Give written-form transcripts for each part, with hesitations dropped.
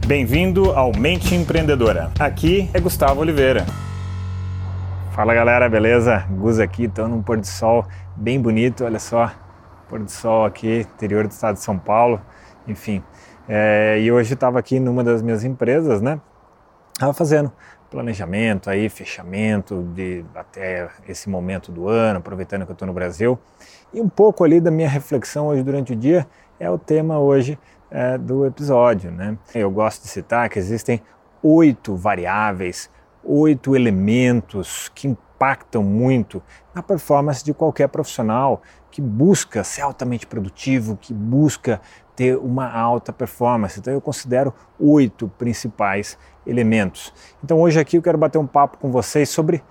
Bem-vindo ao Mente Empreendedora. Aqui é Gustavo Oliveira. Fala galera, beleza? Gus aqui, estou num pôr do sol bem bonito, olha só, pôr do sol aqui, interior do estado de São Paulo, enfim. E hoje eu estava aqui numa das minhas empresas, né? Estava fazendo planejamento aí, fechamento de até esse momento do ano, aproveitando que eu estou no Brasil. E um pouco ali da minha reflexão hoje durante o dia é o tema hoje do episódio, né? Eu gosto de citar que existem 8 variáveis, 8 elementos que impactam muito na performance de qualquer profissional que busca ser altamente produtivo, que busca ter uma alta performance. Então eu considero 8 principais elementos. Então hoje aqui eu quero bater um papo com vocês sobre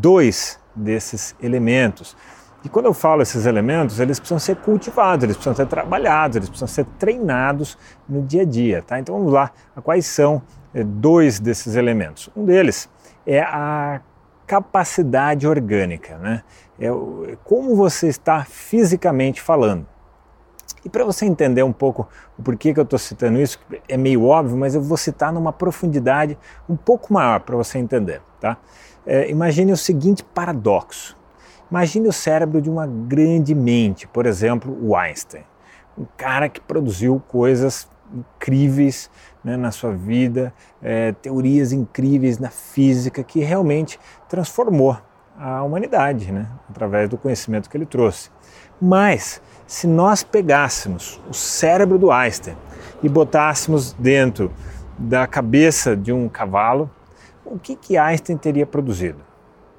2 desses elementos. E quando eu falo esses elementos, eles precisam ser cultivados, eles precisam ser trabalhados, eles precisam ser treinados no dia a dia, tá? Então vamos lá, quais são 2 desses elementos? Um deles é a capacidade orgânica, né? É como você está fisicamente falando. E para você entender um pouco o porquê que eu estou citando isso, é meio óbvio, mas eu vou citar numa profundidade um pouco maior para você entender, tá? Imagine o seguinte paradoxo. Imagine o cérebro de uma grande mente, por exemplo, o Einstein, um cara que produziu coisas incríveis, né, na sua vida, teorias incríveis na física que realmente transformou a humanidade, né, através do conhecimento que ele trouxe. Mas se nós pegássemos o cérebro do Einstein e botássemos dentro da cabeça de um cavalo, o que Einstein teria produzido?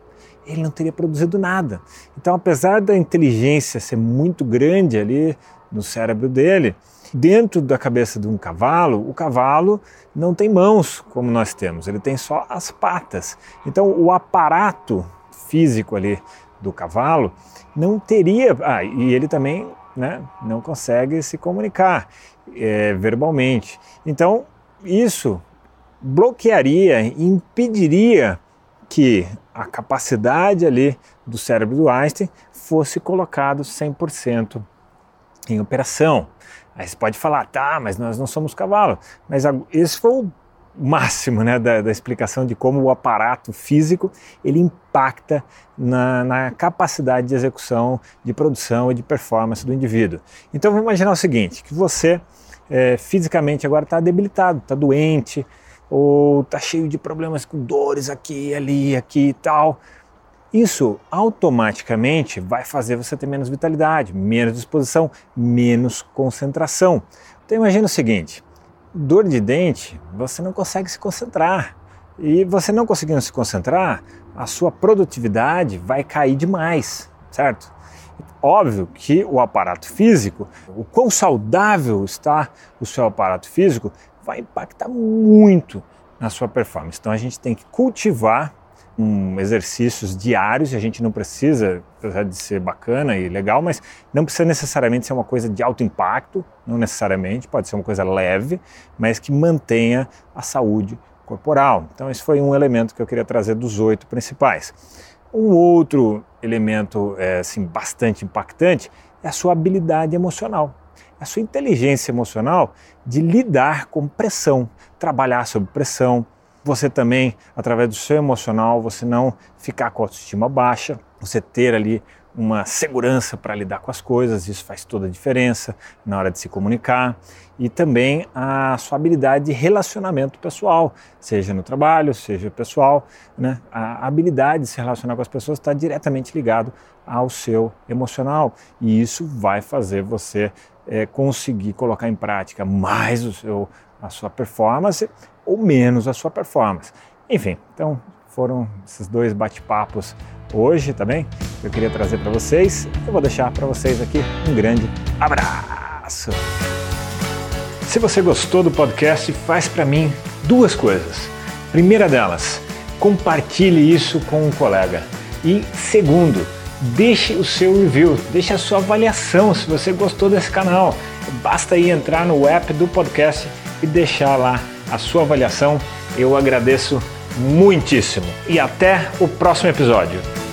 Ele não teria produzido nada. Então, apesar da inteligência ser muito grande ali no cérebro dele, dentro da cabeça de um cavalo, o cavalo não tem mãos como nós temos, ele tem só as patas. Então, o aparato físico ali do cavalo não teria... e ele também, né, não consegue se comunicar verbalmente. Então, isso bloquearia, impediria que a capacidade ali do cérebro do Einstein fosse colocado 100% em operação. Aí você pode falar, tá, mas nós não somos cavalo. Mas esse foi o máximo, né, da explicação de como o aparato físico ele impacta na capacidade de execução, de produção e de performance do indivíduo. Então vamos imaginar o seguinte, que você fisicamente agora está debilitado, está doente, ou está cheio de problemas com dores aqui, ali, aqui e tal. Isso automaticamente vai fazer você ter menos vitalidade, menos disposição, menos concentração. Então imagina o seguinte, dor de dente, você não consegue se concentrar. E você não conseguindo se concentrar, a sua produtividade vai cair demais, certo? Óbvio que o aparato físico, o quão saudável está o seu aparato físico, vai impactar muito na sua performance. Então a gente tem que cultivar exercícios diários, e a gente não precisa, apesar de ser bacana e legal, mas não precisa necessariamente ser uma coisa de alto impacto, não necessariamente, pode ser uma coisa leve, mas que mantenha a saúde corporal. Então esse foi um elemento que eu queria trazer dos 8 principais. Um outro elemento assim, bastante impactante é a sua habilidade emocional. A sua inteligência emocional de lidar com pressão, trabalhar sob pressão. Você também, através do seu emocional, você não ficar com a autoestima baixa, você ter ali uma segurança para lidar com as coisas, isso faz toda a diferença na hora de se comunicar. E também a sua habilidade de relacionamento pessoal, seja no trabalho, seja pessoal, né? A habilidade de se relacionar com as pessoas está diretamente ligado ao seu emocional e isso vai fazer você conseguir colocar em prática mais a sua performance ou menos a sua performance. Enfim, então foram esses 2 bate-papos hoje, tá bem? Eu queria trazer para vocês. Eu vou deixar para vocês aqui um grande abraço. Se você gostou do podcast, faz para mim 2 coisas. Primeira delas, compartilhe isso com um colega. E segundo, deixe o seu review, deixe a sua avaliação se você gostou desse canal. Basta aí entrar no app do podcast e deixar lá a sua avaliação. Eu agradeço muitíssimo. E até o próximo episódio.